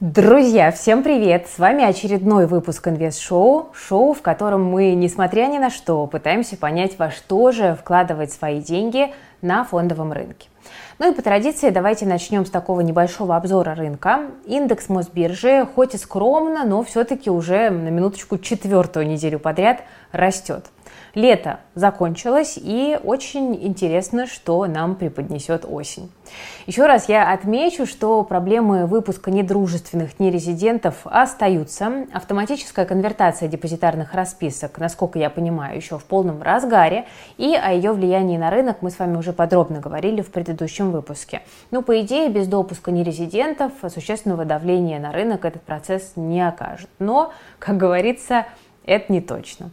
Друзья, всем привет! С вами очередной выпуск Инвест-шоу, в котором мы, несмотря ни на что, пытаемся понять, во что же вкладывать свои деньги на фондовом рынке. Ну и по традиции давайте начнем с такого небольшого обзора рынка. Индекс Мосбиржи, хоть и скромно, но все-таки уже на минуточку 4-ю неделю подряд растет. Лето закончилось, и очень интересно, что нам преподнесет осень. Еще раз я отмечу, что проблемы выпуска недружественных нерезидентов остаются. Автоматическая конвертация депозитарных расписок, насколько я понимаю, еще в полном разгаре, и о ее влиянии на рынок мы с вами уже подробно говорили в предыдущем выпуске. Но, по идее, без допуска нерезидентов существенного давления на рынок этот процесс не окажет. Но, как говорится, это не точно.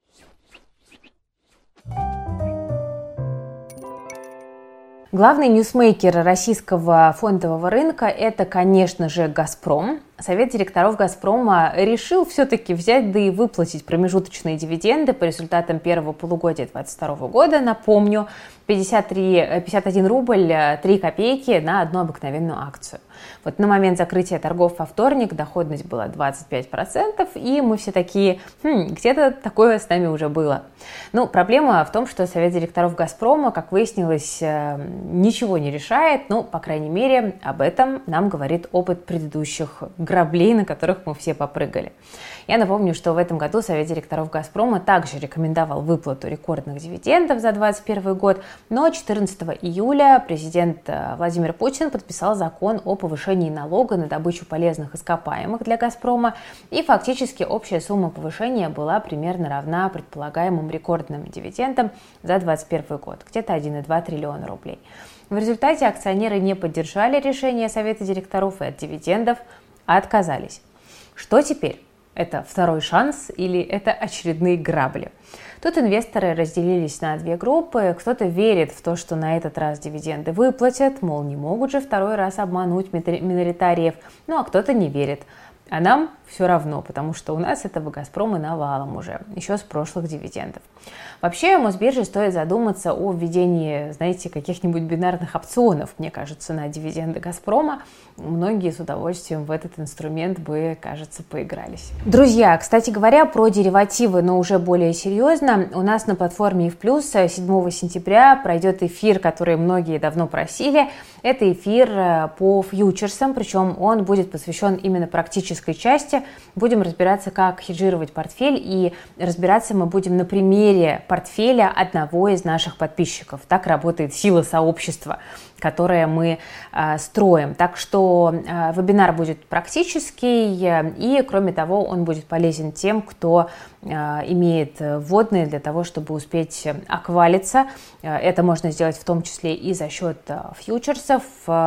Главный ньюсмейкер российского фондового рынка – это, конечно же, «Газпром». Совет директоров «Газпрома» решил все-таки взять, да и выплатить промежуточные дивиденды по результатам первого полугодия 2022 года. Напомню, 51 рубль 3 копейки на одну обыкновенную акцию. Вот на момент закрытия торгов во вторник доходность была 25%, и мы все такие, где-то такое с нами уже было. Ну, проблема в том, что Совет директоров «Газпрома», как выяснилось, ничего не решает, ну, по крайней мере, об этом нам говорит опыт предыдущих граблей, на которых мы все попрыгали. Я напомню, что в этом году Совет директоров «Газпрома» также рекомендовал выплату рекордных дивидендов за 2021 год, но 14 июля президент Владимир Путин подписал закон о повышении налога на добычу полезных ископаемых для «Газпрома», и фактически общая сумма повышения была примерно равна предполагаемым рекордным дивидендам за 2021 год, где-то 1,2 триллиона рублей. В результате акционеры не поддержали решение Совета директоров и от дивидендов отказались. Что теперь? Это второй шанс или это очередные грабли? Тут инвесторы разделились на две группы. Кто-то верит в то, что на этот раз дивиденды выплатят, мол, не могут же второй раз обмануть миноритариев, ну а кто-то не верит. А нам все равно, потому что у нас этого «Газпрома» навалом уже, еще с прошлых дивидендов. Вообще, Мосбирже стоит задуматься о введении, знаете, каких-нибудь бинарных опционов, мне кажется, на дивиденды «Газпрома». Многие с удовольствием в этот инструмент бы, кажется, поигрались. Друзья, кстати говоря, про деривативы, но уже более серьезно. У нас на платформе ИФ+, 7 сентября пройдет эфир, который многие давно просили. Это эфир по фьючерсам, причем он будет посвящен именно практической части. Будем разбираться, как хеджировать портфель, и разбираться мы будем на примере портфеля одного из наших подписчиков. Так работает сила сообщества, которое мы строим. Так что вебинар будет практический, и, кроме того, он будет полезен тем, кто имеет вводные для того, чтобы успеть оквалиться. Это можно сделать в том числе и за счет фьючерсов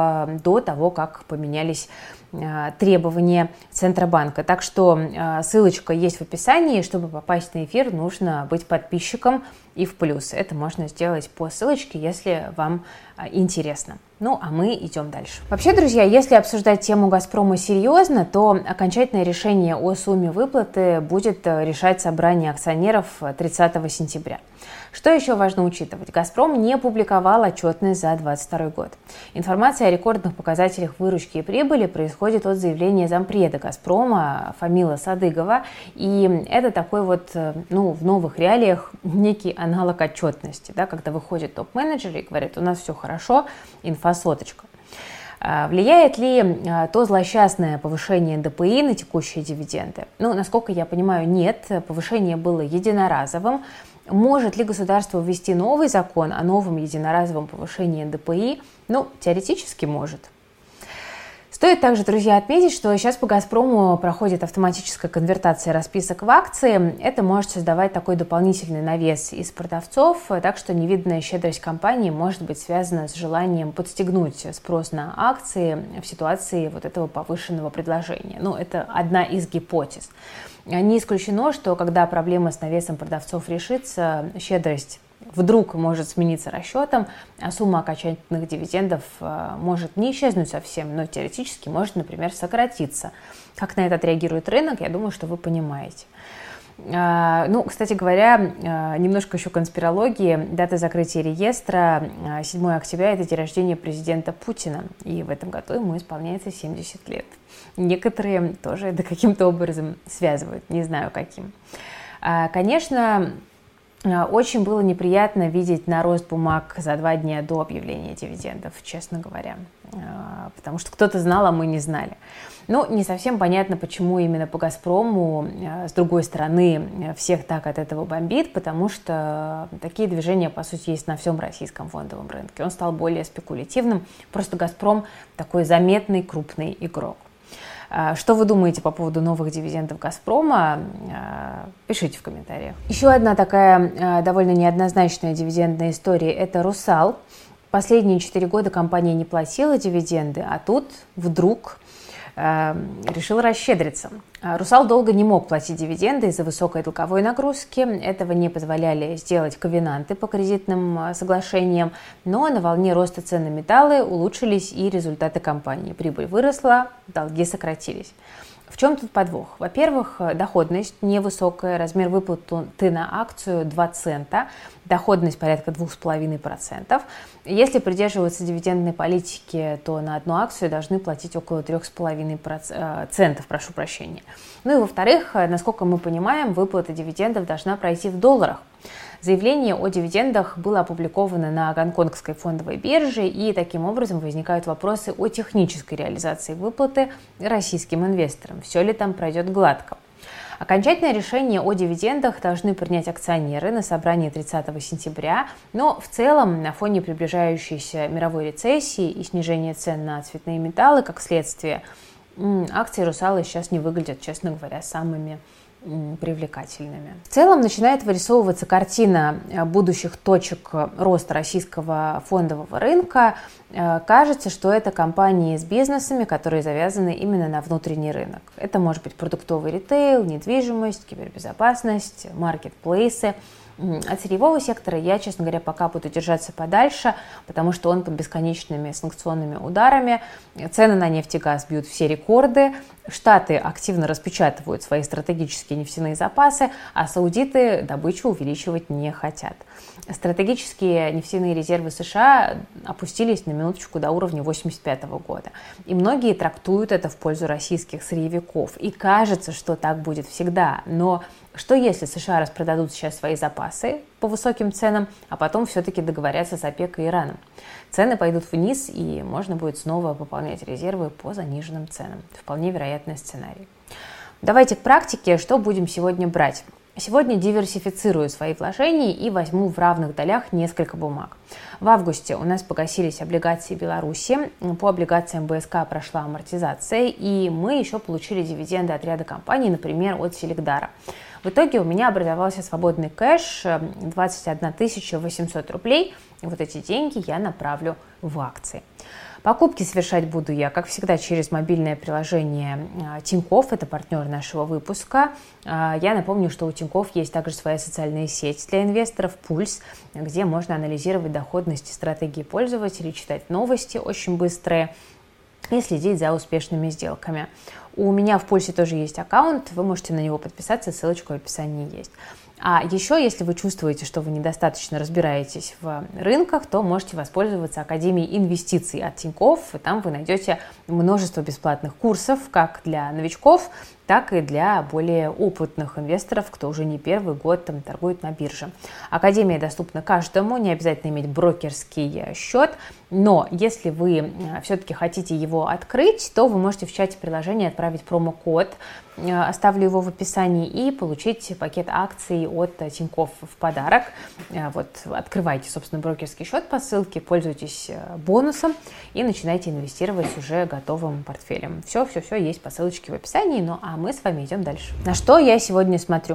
до того, как поменялись требования Центробанка. Так что ссылочка есть в описании. Чтобы попасть на эфир, нужно быть подписчиком ИФ+. Это можно сделать по ссылочке, если вам интересно. Ну, а мы идем дальше. Вообще, друзья, если обсуждать тему «Газпрома» серьезно, то окончательное решение о сумме выплаты будет решать собрание акционеров 30 сентября. Что еще важно учитывать? «Газпром» не публиковал отчетность за 2022 год. Информация о рекордных показателях выручки и прибыли происходит от заявления зампреда «Газпрома» Фамила Садыгова. И это такой вот, в новых реалиях некий аналог отчетности, да, когда выходят топ-менеджеры и говорят: у нас все хорошо, инфосоточка. Влияет ли то злосчастное повышение НДПИ на текущие дивиденды? Ну, насколько я понимаю, нет. Повышение было единоразовым. Может ли государство ввести новый закон о новом единоразовом повышении НДПИ? Ну, теоретически может. Стоит также, друзья, отметить, что сейчас по «Газпрому» проходит автоматическая конвертация расписок в акции. Это может создавать такой дополнительный навес из продавцов, так что невиданная щедрость компании может быть связана с желанием подстегнуть спрос на акции в ситуации вот этого повышенного предложения. Ну, это одна из гипотез. Не исключено, что когда проблема с навесом продавцов решится, щедрость вдруг может смениться расчетом, а сумма окончательных дивидендов может не исчезнуть совсем, но теоретически может, например, сократиться. Как на это отреагирует рынок, я думаю, что вы понимаете. Ну, кстати говоря, немножко еще конспирологии. Дата закрытия реестра 7 октября – это день рождения президента Путина. И в этом году ему исполняется 70 лет. Некоторые тоже это каким-то образом связывают, не знаю каким. Конечно, очень было неприятно видеть нарост бумаг за 2 дня до объявления дивидендов, честно говоря. Потому что кто-то знал, а мы не знали. Но не совсем понятно, почему именно по «Газпрому», с другой стороны, всех так от этого бомбит, потому что такие движения, по сути, есть на всем российском фондовом рынке. Он стал более спекулятивным, просто «Газпром» такой заметный, крупный игрок. Что вы думаете по поводу новых дивидендов «Газпрома»? Пишите в комментариях. Еще одна такая довольно неоднозначная дивидендная история – это «Русал». Последние 4 года компания не платила дивиденды, а тут вдруг решил расщедриться. «Русал» долго не мог платить дивиденды из-за высокой долговой нагрузки. Этого не позволяли сделать ковенанты по кредитным соглашениям. Но на волне роста цен на металлы улучшились и результаты компании. Прибыль выросла, долги сократились. В чем тут подвох? Во-первых, доходность невысокая, размер выплаты на акцию 2 цента, доходность порядка 2,5%. Если придерживаться дивидендной политики, то на одну акцию должны платить около 3,5 центов, прошу прощения. Ну и во-вторых, насколько мы понимаем, выплата дивидендов должна пройти в долларах. Заявление о дивидендах было опубликовано на Гонконгской фондовой бирже, и таким образом возникают вопросы о технической реализации выплаты российским инвесторам. Все ли там пройдет гладко? Окончательное решение о дивидендах должны принять акционеры на собрании 30 сентября, но в целом на фоне приближающейся мировой рецессии и снижения цен на цветные металлы, как следствие, акции «Русала» сейчас не выглядят, честно говоря, самыми привлекательными. В целом начинает вырисовываться картина будущих точек роста российского фондового рынка. Кажется, что это компании с бизнесами, которые завязаны именно на внутренний рынок. Это может быть продуктовый ритейл, недвижимость, кибербезопасность, маркетплейсы. От сырьевого сектора я, честно говоря, пока буду держаться подальше, потому что он под бесконечными санкционными ударами. Цены на нефть и газ бьют все рекорды. Штаты активно распечатывают свои стратегические нефтяные запасы, а саудиты добычу увеличивать не хотят. Стратегические нефтяные резервы США опустились на минуточку до уровня 1985 года. И многие трактуют это в пользу российских сырьевиков. И кажется, что так будет всегда. Но что если США распродадут сейчас свои запасы по высоким ценам, а потом все-таки договорятся с ОПЕК и Ираном? Цены пойдут вниз, и можно будет снова пополнять резервы по заниженным ценам. Вполне вероятный сценарий. Давайте к практике. Что будем сегодня брать? Сегодня диверсифицирую свои вложения и возьму в равных долях несколько бумаг. В августе у нас погасились облигации Беларуси. По облигациям БСК прошла амортизация, и мы еще получили дивиденды от ряда компаний, например, от Селикдара. В итоге у меня образовался свободный кэш 21 800 рублей. И вот эти деньги я направлю в акции. Покупки совершать буду я, как всегда, через мобильное приложение Тинькофф, это партнер нашего выпуска. Я напомню, что у Тинькофф есть также своя социальная сеть для инвесторов «Пульс», где можно анализировать доходность и стратегии пользователей, читать новости очень быстрые и следить за успешными сделками. У меня в «Пульсе» тоже есть аккаунт, вы можете на него подписаться, ссылочка в описании есть. А еще, если вы чувствуете, что вы недостаточно разбираетесь в рынках, то можете воспользоваться Академией инвестиций от Тинькофф, и там вы найдете множество бесплатных курсов, как для новичков, так и для более опытных инвесторов, кто уже не первый год там торгует на бирже. Академия доступна каждому, не обязательно иметь брокерский счет, но если вы все-таки хотите его открыть, то вы можете в чате приложения отправить промокод, оставлю его в описании, и получить пакет акций от Тинькофф в подарок. Вот, открывайте, собственно, брокерский счет по ссылке, пользуйтесь бонусом и начинайте инвестировать с уже готовым портфелем. Все есть по ссылочке в описании, ну а мы с вами идем дальше. На что я сегодня смотрю?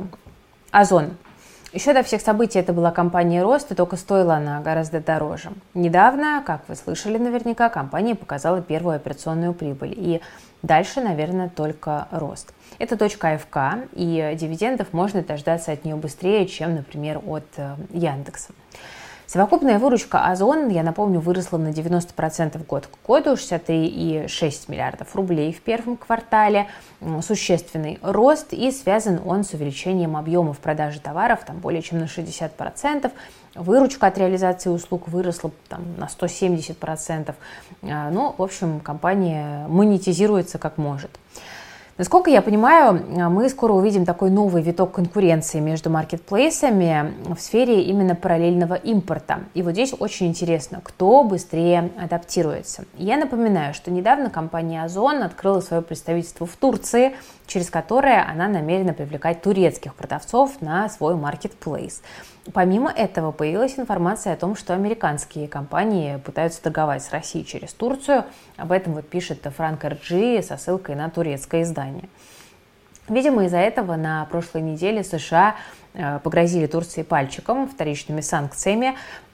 Озон. Еще до всех событий это была компания роста, только стоила она гораздо дороже. Недавно, как вы слышали наверняка, компания показала первую операционную прибыль. И дальше, наверное, только рост. Это точка АФК, и дивидендов можно дождаться от нее быстрее, чем, например, от Яндекса. Совокупная выручка Озон, я напомню, выросла на 90% год к году, 63,6 миллиардов рублей в первом квартале. Существенный рост, и связан он с увеличением объемов продажи товаров там, более чем на 60%. Выручка от реализации услуг выросла там, на 170%. Ну, в общем, компания монетизируется как может. Насколько я понимаю, мы скоро увидим такой новый виток конкуренции между маркетплейсами в сфере именно параллельного импорта. И вот здесь очень интересно, кто быстрее адаптируется. Я напоминаю, что недавно компания Озон открыла свое представительство в Турции, через которое она намерена привлекать турецких продавцов на свой маркетплейс. Помимо этого, появилась информация о том, что американские компании пытаются торговать с Россией через Турцию. Об этом вот пишет Frank RG со ссылкой на турецкое издание. Видимо, из-за этого на прошлой неделе США погрозили Турции пальчиком, вторичными санкциями,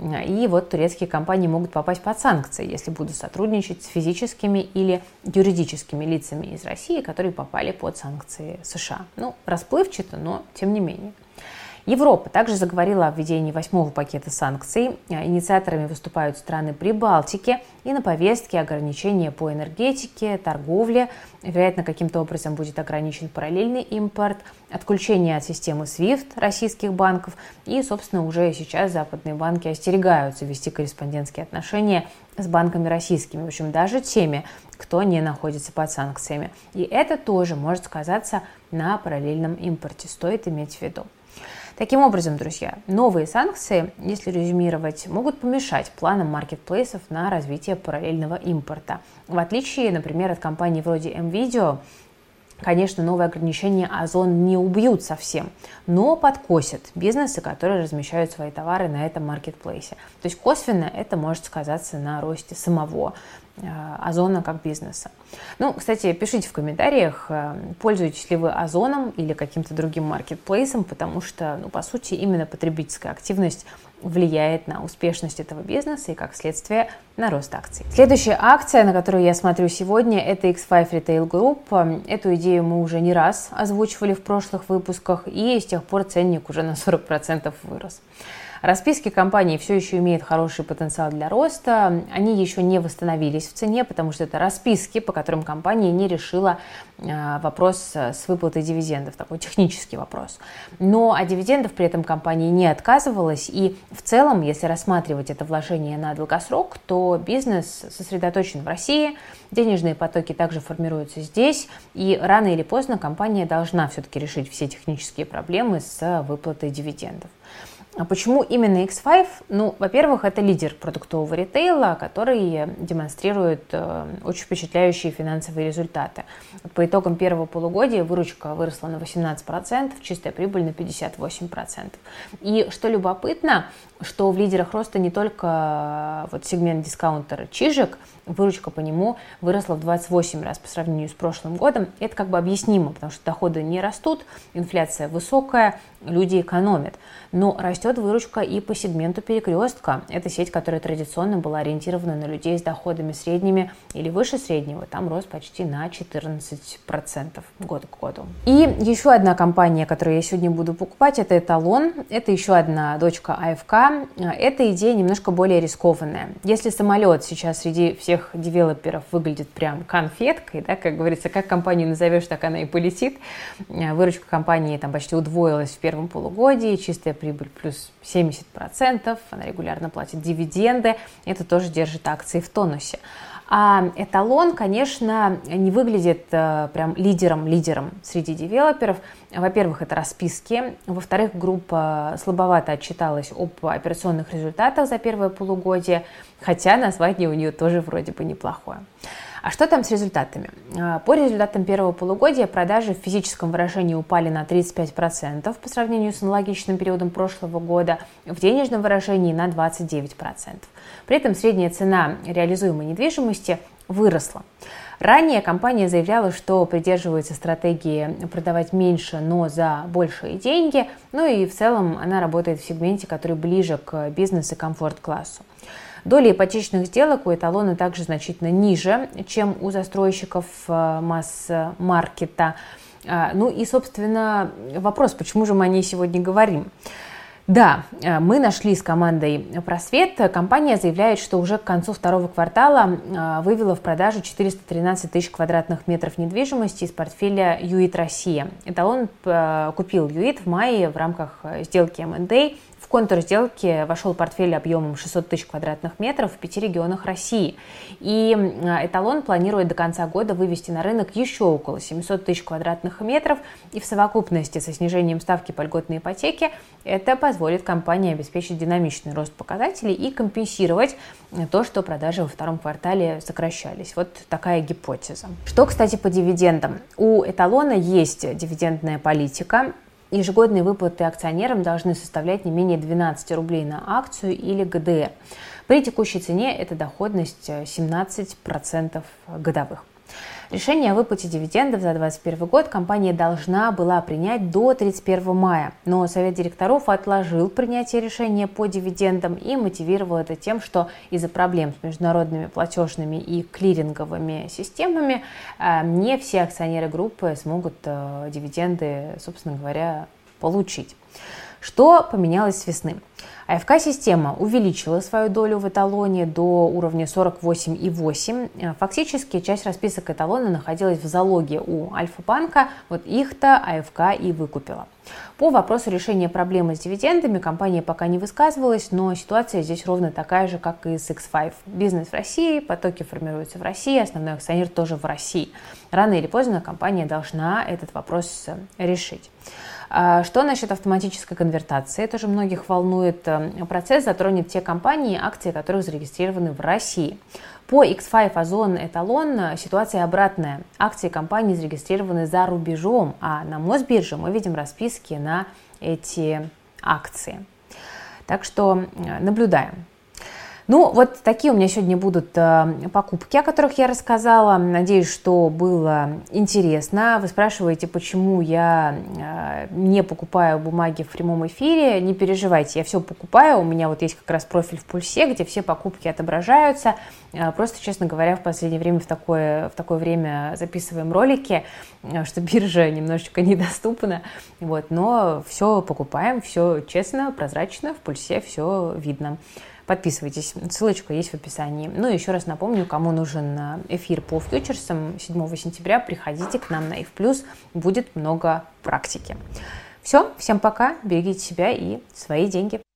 и вот турецкие компании могут попасть под санкции, если будут сотрудничать с физическими или юридическими лицами из России, которые попали под санкции США. Ну, расплывчато, но тем не менее. Европа также заговорила о введении 8-го пакета санкций. Инициаторами выступают страны Прибалтики, и на повестке ограничения по энергетике, торговле. Вероятно, каким-то образом будет ограничен параллельный импорт, отключение от системы SWIFT российских банков. И, собственно, уже сейчас западные банки остерегаются вести корреспондентские отношения с банками российскими, в общем, даже теми, кто не находится под санкциями. И это тоже может сказаться на параллельном импорте, стоит иметь в виду. Таким образом, друзья, новые санкции, если резюмировать, могут помешать планам маркетплейсов на развитие параллельного импорта. В отличие, например, от компаний вроде MVideo, конечно, новые ограничения Озон не убьют совсем, но подкосят бизнесы, которые размещают свои товары на этом маркетплейсе. То есть косвенно это может сказаться на росте самого Озона как бизнеса. Ну, кстати, пишите в комментариях, пользуетесь ли вы Озоном или каким-то другим маркетплейсом, потому что, ну, по сути, именно потребительская активность влияет на успешность этого бизнеса и, как следствие, на рост акций. Следующая акция, на которую я смотрю сегодня, это X5 Retail Group. Эту идею мы уже не раз озвучивали в прошлых выпусках, и с тех пор ценник уже на 40% вырос. Расписки компании все еще имеют хороший потенциал для роста. Они еще не восстановились в цене, потому что это расписки, по которым компания не решила вопрос с выплатой дивидендов, такой технический вопрос. Но от дивидендов при этом компания не отказывалась. И в целом, если рассматривать это вложение на долгосрок, то бизнес сосредоточен в России, денежные потоки также формируются здесь, и рано или поздно компания должна все-таки решить все технические проблемы с выплатой дивидендов. А почему именно X5? Ну, во-первых, это лидер продуктового ритейла, который демонстрирует очень впечатляющие финансовые результаты. По итогам первого полугодия выручка выросла на 18%, чистая прибыль на 58%. И что любопытно, что в лидерах роста не только вот сегмент дискаунтера Чижик, выручка по нему выросла в 28 раз по сравнению с прошлым годом. Это как бы объяснимо, потому что доходы не растут, инфляция высокая, люди экономят. Но растет выручка и по сегменту Перекрестка. Это сеть, которая традиционно была ориентирована на людей с доходами средними или выше среднего. Там рост почти на 14% год к году. И еще одна компания, которую я сегодня буду покупать, это Эталон. Это еще одна дочка АФК. Эта идея немножко более рискованная. Если самолет сейчас среди всех девелоперов выглядит прям конфеткой, да, как говорится, как компанию назовешь, так она и полетит. Выручка компании там почти удвоилась в первом полугодии, чистая прибыль плюс 70%, она регулярно платит дивиденды, это тоже держит акции в тонусе. А Эталон, конечно, не выглядит прям лидером среди девелоперов. Во-первых, это расписки. Во-вторых, группа слабовато отчиталась об операционных результатах за первое полугодие, хотя название у нее тоже вроде бы неплохое. А что там с результатами? По результатам первого полугодия продажи в физическом выражении упали на 35% по сравнению с аналогичным периодом прошлого года, в денежном выражении на 29%. При этом средняя цена реализуемой недвижимости выросла. Ранее компания заявляла, что придерживается стратегии продавать меньше, но за большие деньги. Ну и в целом она работает в сегменте, который ближе к бизнес- и комфорт-классу. Доля ипотечных сделок у Эталона также значительно ниже, чем у застройщиков масс-маркета. Ну и, собственно, вопрос, почему же мы о ней сегодня говорим? Да, мы нашли с командой просвет. Компания заявляет, что уже к концу второго квартала вывела в продажу 413 тысяч квадратных метров недвижимости из портфеля ЮИТ Россия. Эталон купил ЮИТ в мае в рамках сделки M&A. В контур сделки вошел портфель объемом 600 тысяч квадратных метров в 5 регионах России. И Эталон планирует до конца года вывести на рынок еще около 700 тысяч квадратных метров. И в совокупности со снижением ставки по льготной ипотеке это позволит компании обеспечить динамичный рост показателей и компенсировать то, что продажи во втором квартале сокращались. Вот такая гипотеза. Что, кстати, по дивидендам? У Эталона есть дивидендная политика. Ежегодные выплаты акционерам должны составлять не менее 12 рублей на акцию или ГДР. При текущей цене это доходность 17% годовых. Решение о выплате дивидендов за 2021 год компания должна была принять до 31 мая, но Совет директоров отложил принятие решения по дивидендам и мотивировал это тем, что из-за проблем с международными платежными и клиринговыми системами не все акционеры группы смогут дивиденды, собственно говоря, получить. Что поменялось с весны? АФК-система увеличила свою долю в Эталоне до уровня 48,8%. Фактически часть расписок Эталона находилась в залоге у Альфа-банка, вот их-то АФК и выкупила. По вопросу решения проблемы с дивидендами компания пока не высказывалась, но ситуация здесь ровно такая же, как и с X5. Бизнес в России, потоки формируются в России, основной акционер тоже в России. Рано или поздно компания должна этот вопрос решить. Что насчет автоматической конвертации? Это же многих волнует. Процесс затронет те компании, акции которых зарегистрированы в России. По X5, Озон, Эталон ситуация обратная. Акции компаний зарегистрированы за рубежом, а на Мосбирже мы видим расписки на эти акции. Так что наблюдаем. Ну, вот такие у меня сегодня будут покупки, о которых я рассказала. Надеюсь, что было интересно. Вы спрашиваете, почему я не покупаю бумаги в прямом эфире. Не переживайте, я все покупаю. У меня вот есть как раз профиль в Пульсе, где все покупки отображаются. Просто, честно говоря, в последнее время в такое время записываем ролики, что биржа немножечко недоступна. Вот, но все покупаем, все честно, прозрачно, в Пульсе все видно. Подписывайтесь, ссылочка есть в описании. Ну и еще раз напомню, кому нужен эфир по фьючерсам 7 сентября, приходите к нам на IF+, будет много практики. Все, всем пока, берегите себя и свои деньги.